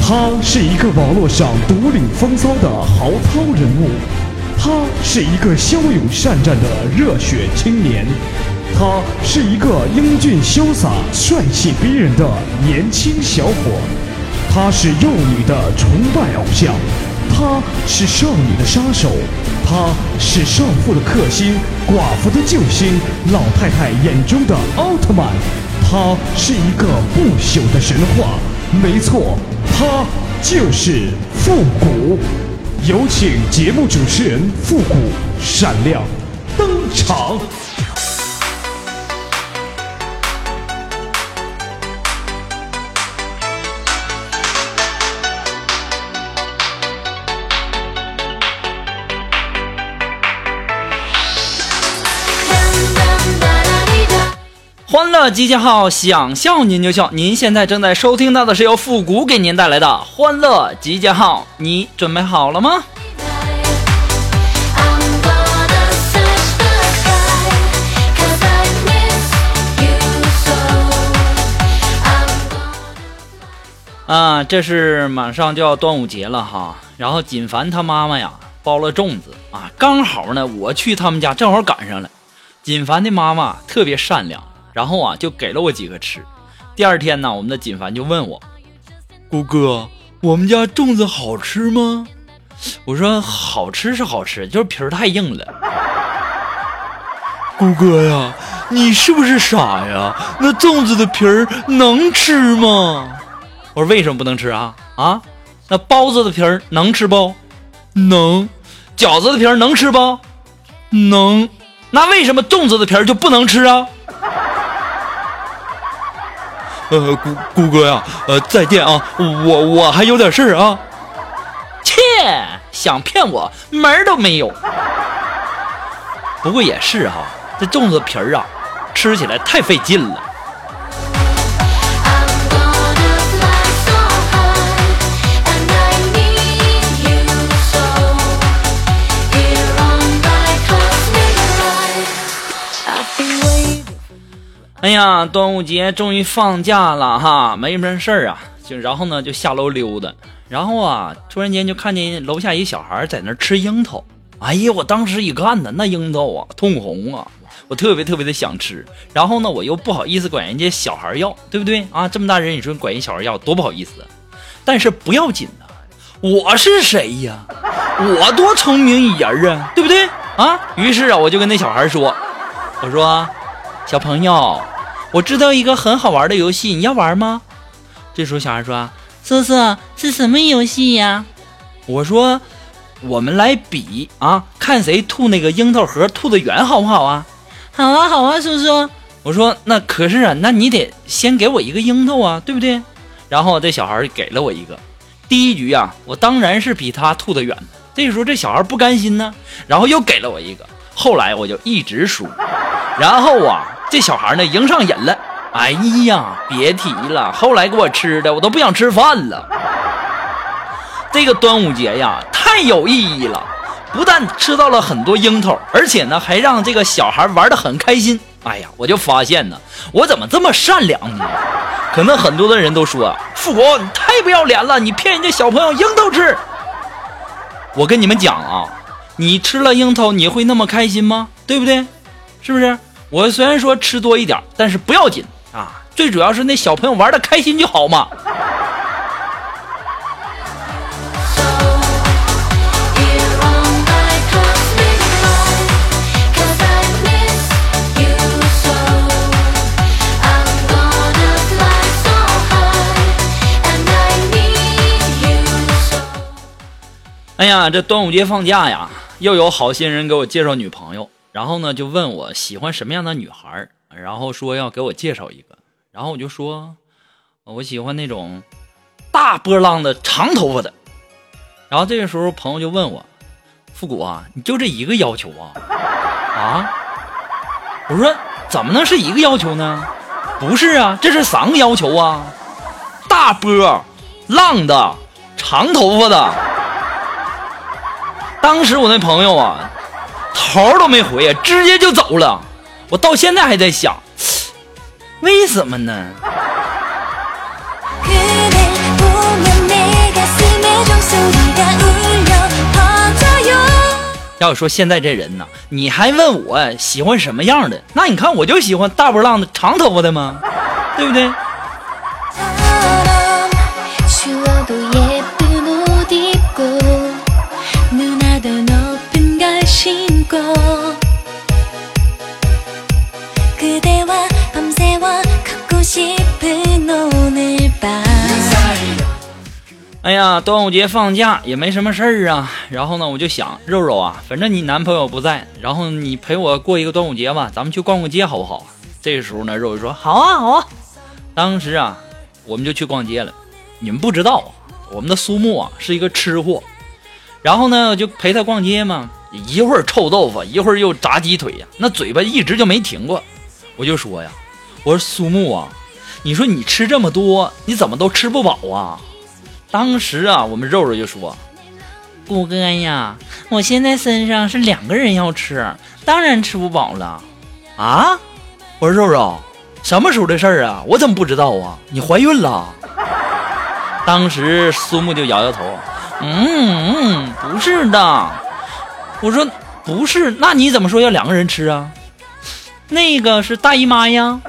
他是一个网络上独领风骚的豪涛人物，他是一个骁勇善战的热血青年，他是一个英俊潇洒、帅气逼人的年轻小伙，他是幼女的崇拜偶像，他是少女的杀手，他是少妇的克星，寡妇的救星，老太太眼中的奥特曼，他是一个不朽的神话。没错，他就是复古。有请节目主持人复古闪亮登场。 欢乐集结号，想笑您就笑。您现在正在收听到的是由复古给您带来的欢乐集结号，你准备好了吗？这是马上就要端午节了哈，然后锦凡他妈妈呀包了粽子啊，刚好呢我去他们家正好赶上了。锦凡的妈妈特别善良，然后就给了我几个吃。第二天呢，我们的锦凡就问我，姑哥，我们家粽子好吃吗？我说好吃是好吃，就是皮儿太硬了。姑哥呀，你是不是傻呀？那粽子的皮儿能吃吗？我说为什么不能吃啊？那包子的皮儿能吃不？能。饺子的皮儿能吃不？能。那为什么粽子的皮儿就不能吃啊？姑哥呀，再见啊，我还有点事儿啊。切，想骗我门儿都没有。不过也是哈，这粽子皮儿啊，吃起来太费劲了。哎呀，端午节终于放假了哈，没什么事儿啊，然后呢就下楼溜达，然后突然间就看见楼下一小孩在那吃樱桃。哎呀，我当时一看呢，那樱桃通红啊，我特别的想吃，然后呢我又不好意思管人家小孩要，对不对啊？这么大人你说管人小孩要多不好意思。但是不要紧的，我是谁呀？我多聪明一人啊，对不对啊？于是我就跟那小孩说，我说小朋友，我知道一个很好玩的游戏，你要玩吗？这时候小孩说，叔叔，是什么游戏呀？我说我们来比看谁吐那个樱桃核吐得远，好不好啊？好啊叔叔。我说那可是那你得先给我一个樱桃啊，对不对？然后这小孩给了我一个。第一局我当然是比他吐得远。这时候这小孩不甘心呢，然后又给了我一个。后来我就一直输，然后这小孩呢赢上瘾了。哎呀，别提了，后来给我吃的我都不想吃饭了。这个端午节呀太有意义了，不但吃到了很多樱桃，而且呢还让这个小孩玩得很开心。哎呀，我就发现呢，我怎么这么善良呢？可能很多的人都说，富国你太不要脸了，你骗人家小朋友樱桃吃。我跟你们讲你吃了樱桃你会那么开心吗？对不对？是不是？我虽然说吃多一点，但是不要紧最主要是那小朋友玩得开心就好嘛。哎呀，这端午节放假呀，又有好心人给我介绍女朋友，然后呢就问我喜欢什么样的女孩，然后说要给我介绍一个，然后我就说我喜欢那种大波浪的长头发的。然后这个时候朋友就问我，复古你就这一个要求我说怎么能是一个要求呢？不是这是3个要求大波浪的长头发的。当时我那朋友头都没回直接就走了。我到现在还在想，为什么呢？ 그댈 보면 내 要说现在这人呢，你还问我喜欢什么样的？那你看我就喜欢大波浪的长头发的吗？对不对？哎呀，端午节放假也没什么事儿啊，然后呢，我就想肉肉啊，反正你男朋友不在，然后你陪我过一个端午节吧，咱们去逛逛街好不好？这个时候呢，肉肉说好啊好啊。当时啊，我们就去逛街了。你们不知道，我们的苏木啊是一个吃货，然后呢，我就陪他逛街嘛，一会儿臭豆腐，一会儿又炸鸡腿呀，那嘴巴一直就没停过。我就说呀，我说苏木啊，你说你吃这么多，你怎么都吃不饱啊？当时啊，我们肉肉就说：“顾哥呀，我现在身上是2个人要吃，当然吃不饱了。”啊！我说肉肉，什么时候的事儿啊？我怎么不知道啊？你怀孕了？当时苏木就摇摇头：“不是的。”我说：“不是，那你怎么说要2个人吃啊？”那个是大姨妈呀。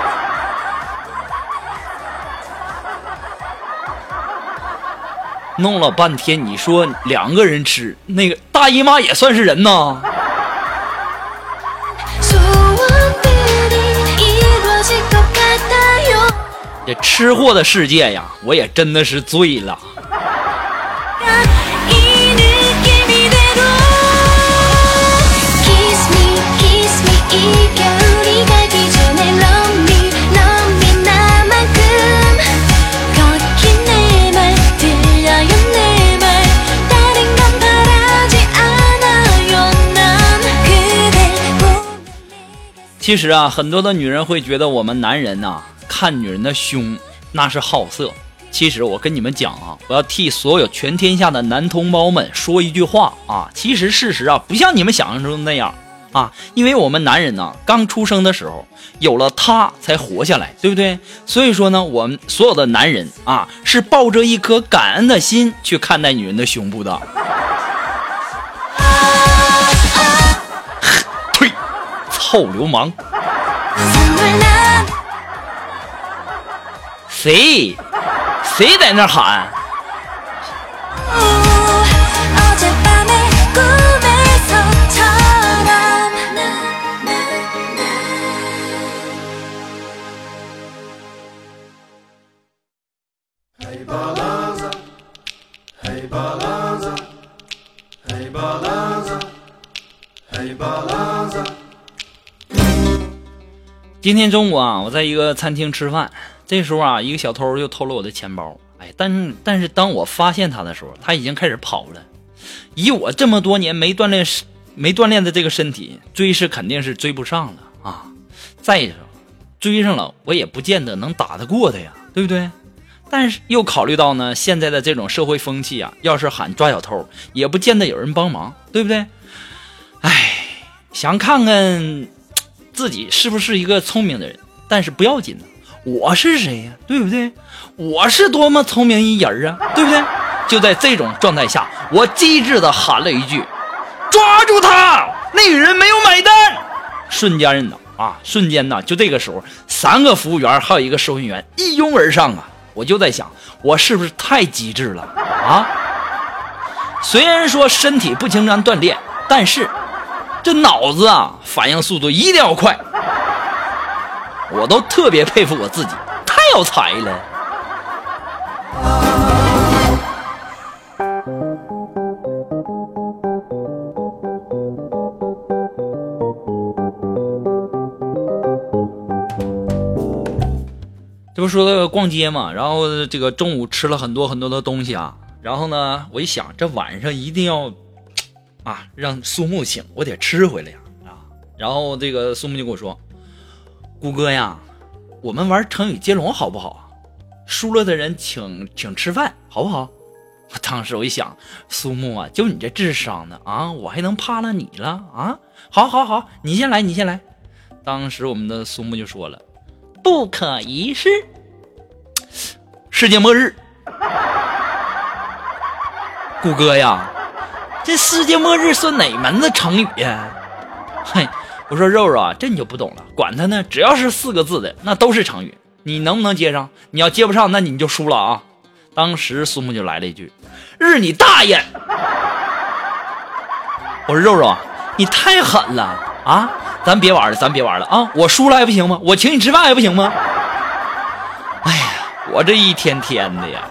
弄了半天，你说2个人吃，那个大姨妈也算是人呐。这吃货的世界呀，我也真的是醉了。其实啊，很多的女人会觉得我们男人啊，看女人的胸那是好色。其实我跟你们讲啊，我要替所有全天下的男同胞们说一句话啊，其实事实啊不像你们想象中的那样啊，因为我们男人呢刚出生的时候有了他才活下来，对不对？所以说呢，我们所有的男人啊是抱着一颗感恩的心去看待女人的胸部的。呸！臭流氓！谁在那喊？今天中午啊，我在一个餐厅吃饭，这时候啊，一个小偷又偷了我的钱包。哎，但是当我发现他的时候，他已经开始跑了。以我这么多年没锻炼的这个身体，追是肯定是追不上了啊。再者，追上了我也不见得能打得过他呀，对不对？但是又考虑到呢，现在的这种社会风气啊，要是喊抓小偷，也不见得有人帮忙，对不对？哎，想看看自己是不是一个聪明的人，但是不要紧的，我是谁呀？对不对？我是多么聪明一人啊，对不对？就在这种状态下，我机智的喊了一句：“抓住他！”那个人没有买单。瞬间呢，就这个时候，3个服务员还有一个收银员一拥而上啊！我就在想，我是不是太机智了啊？虽然说身体不经常锻炼，但是这脑子啊，反应速度一定要快。我都特别佩服我自己，太有才了。这不说到逛街嘛，然后这个中午吃了很多很多的东西啊，然后呢，我一想这晚上一定要让苏木请，我得吃回来呀啊！然后这个苏木就跟我说：“顾哥呀，我们玩成语接龙好不好？输了的人请吃饭好不好？”当时我一想，苏木啊，就你这智商呢啊，我还能怕了你了啊？好，你先来。当时我们的苏木就说了：“不可一世，世界末日。” 谷歌呀，这世界末日算哪门子成语呀？嘿，我说肉肉啊，这你就不懂了，管他呢，只要是4个字的那都是成语，你能不能接上？你要接不上，那你就输了啊。当时苏木就来了一句：日你大爷！我说肉肉啊，你太狠了啊，咱别玩了啊，我输了还不行吗？我请你吃饭还不行吗？哎呀，我这一天天的呀。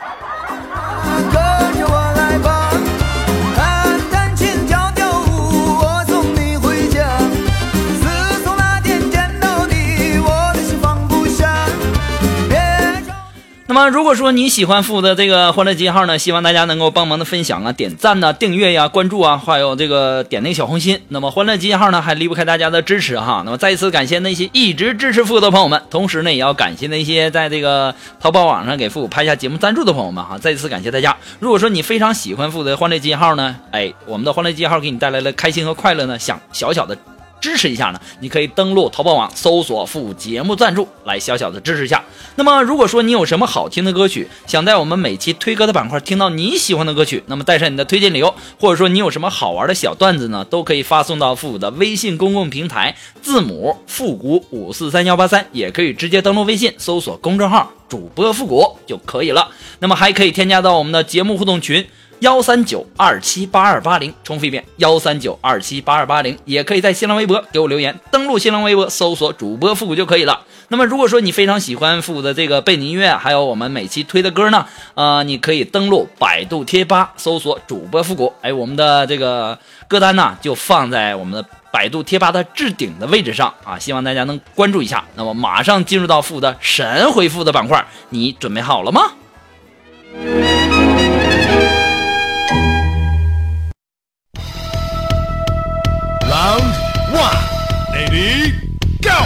那么如果说你喜欢父的这个欢乐集结号呢，希望大家能够帮忙的分享啊、点赞啊、订阅呀、关注啊，还有这个点那个小红心。那么欢乐集结号呢还离不开大家的支持哈。那么再一次感谢那些一直支持父的朋友们，同时呢也要感谢那些在这个淘宝网上给父拍下节目赞助的朋友们哈。再一次感谢大家。如果说你非常喜欢父的欢乐集结号呢，我们的欢乐集结号给你带来了开心和快乐呢，想小小的支持一下呢，你可以登录淘宝网搜索父节目赞助来小小的支持一下。那么如果说你有什么好听的歌曲，想在我们每期推歌的板块听到你喜欢的歌曲，那么带上你的推荐理由，或者说你有什么好玩的小段子呢，都可以发送到父的微信公共平台字母复古5431183，也可以直接登录微信搜索公众号主播复古就可以了。那么还可以添加到我们的节目互动群139278280，重复一遍139278280，也可以在新浪微博给我留言，登录新浪微博搜索主播复古就可以了。那么如果说你非常喜欢复古的这个背景音乐，还有我们每期推的歌呢，你可以登录百度贴吧搜索主播复古，我们的这个歌单呢就放在我们的百度贴吧的置顶的位置上啊，希望大家能关注一下。那么马上进入到复的神回复的板块，你准备好了吗 ？Round 1, Lady Go。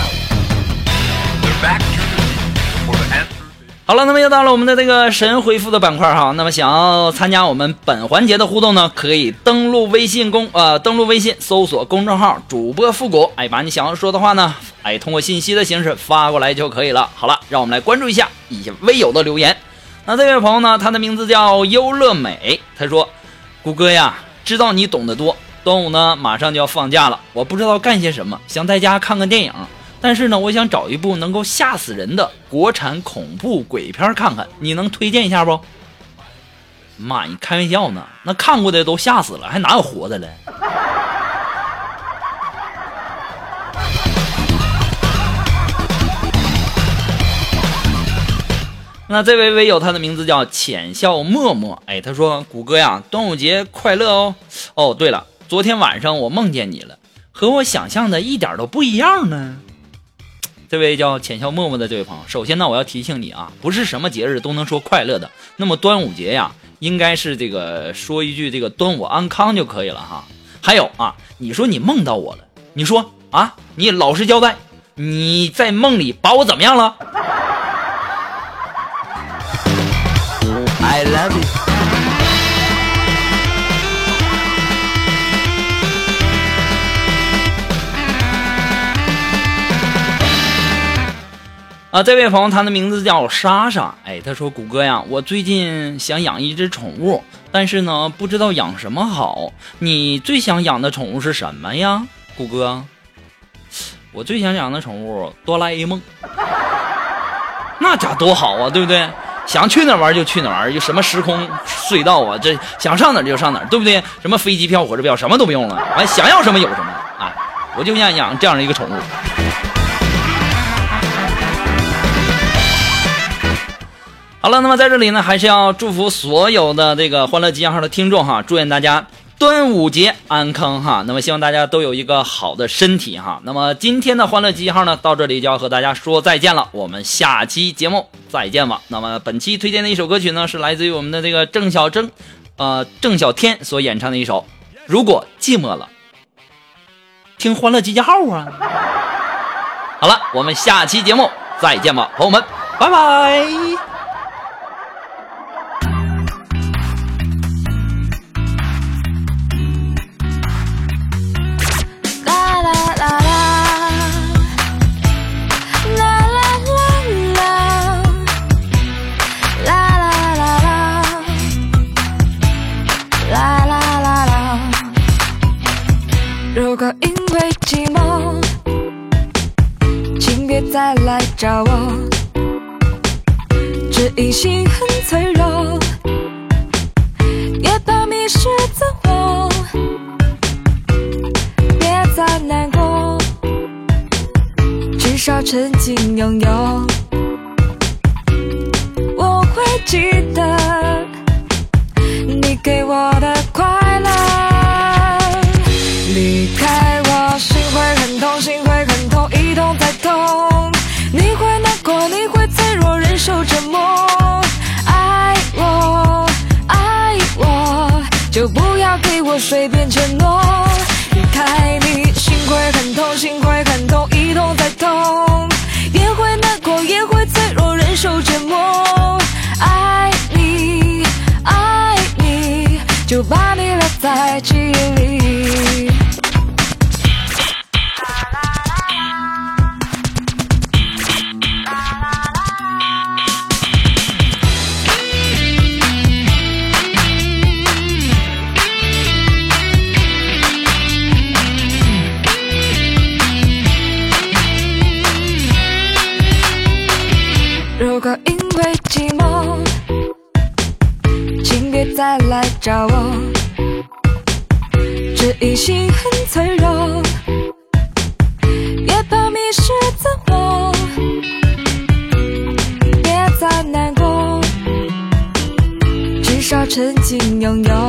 好了，那么又到了我们的这个神回复的板块哈。那么想要参加我们本环节的互动呢，可以登录微信搜索公众号主播复古，把你想要说的话呢，通过信息的形式发过来就可以了。好了，让我们来关注一下一些微友的留言。那这位朋友呢，他的名字叫优乐美，他说：谷歌呀，知道你懂得多，端午呢马上就要放假了，我不知道干些什么，想在家看看电影。但是呢，我想找一部能够吓死人的国产恐怖鬼片看看，你能推荐一下不？妈，你开玩笑呢？那看过的都吓死了，还哪有活的了？那这位微友他的名字叫浅笑默默，他说：谷歌呀，端午节快乐哦！哦，对了，昨天晚上我梦见你了，和我想象的一点都不一样呢。这位叫浅笑默默的这位朋友，首先呢，我要提醒你啊，不是什么节日都能说快乐的。那么端午节呀，应该是这个说一句这个端午安康就可以了哈。还有啊，你说你梦到我了，你说啊，你老实交代，你在梦里把我怎么样了 ？I love you。这位朋友他的名字叫莎莎，他说谷歌呀，我最近想养一只宠物，但是呢不知道养什么好，你最想养的宠物是什么呀？谷歌，我最想养的宠物哆啦 A 梦，那家多好啊，对不对？想去哪玩就去哪玩，有什么时空隧道啊，这想上哪就上哪，对不对？什么飞机票火车票什么都不用了，想要什么有什么啊！我就想养这样的一个宠物。好了，那么在这里呢，还是要祝福所有的这个欢乐集结号的听众哈，祝愿大家端午节安康哈。那么希望大家都有一个好的身体哈。那么今天的欢乐集结号呢，到这里就要和大家说再见了，我们下期节目再见吧。那么本期推荐的一首歌曲呢，是来自于我们的这个郑小天所演唱的一首《如果寂寞了》，听欢乐集结号啊。好了，我们下期节目再见吧，朋友们，拜拜。 别再来找我，只因心很脆弱，也怕迷失自我，别再难过，至少曾经拥有。我会记得你给我的快乐，离开我心会很痛，心会很痛，一痛再痛，你会难过，你会脆弱，忍受折磨。爱我爱我，就不要给我随便承诺，离开你心会很痛，心会很痛，一痛再痛，也会难过，也会脆弱，忍受折磨。爱你爱你，就把你留在记忆里。如果因为寂寞，请别再来找我，只因心很脆弱，也怕迷失自我，别再难过，至少曾经拥有。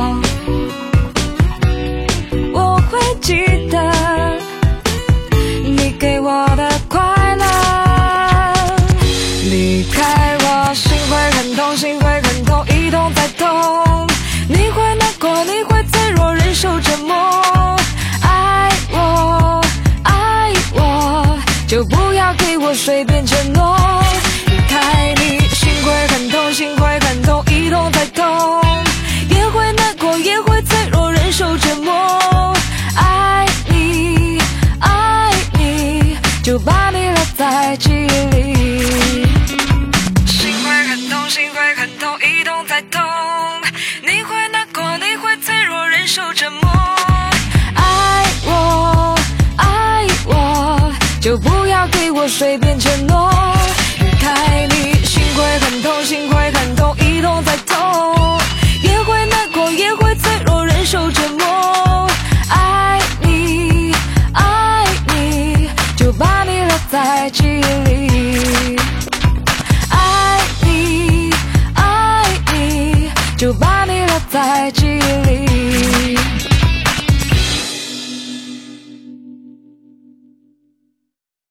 我会记得你给我的快乐，离开我心会很痛，心会很痛，一痛再痛，你会难过，你会脆弱，忍受折磨。爱我爱我，就不要给我随便承诺，离开你心会很痛，心会很痛，一痛再痛，也会难过，也会脆弱，忍受折磨。爱你爱你，就把你留在记忆里。心会很痛，心会很痛，一痛再痛，你会难过，你会脆弱，忍受折磨。爱我爱我，就不要给我随便承诺，离开你心会很痛，心会很痛，一痛再痛，也会难过，也会脆弱，忍受折磨。爱你爱你，就把你留在记忆里。爱你爱你，就把你留在记忆里。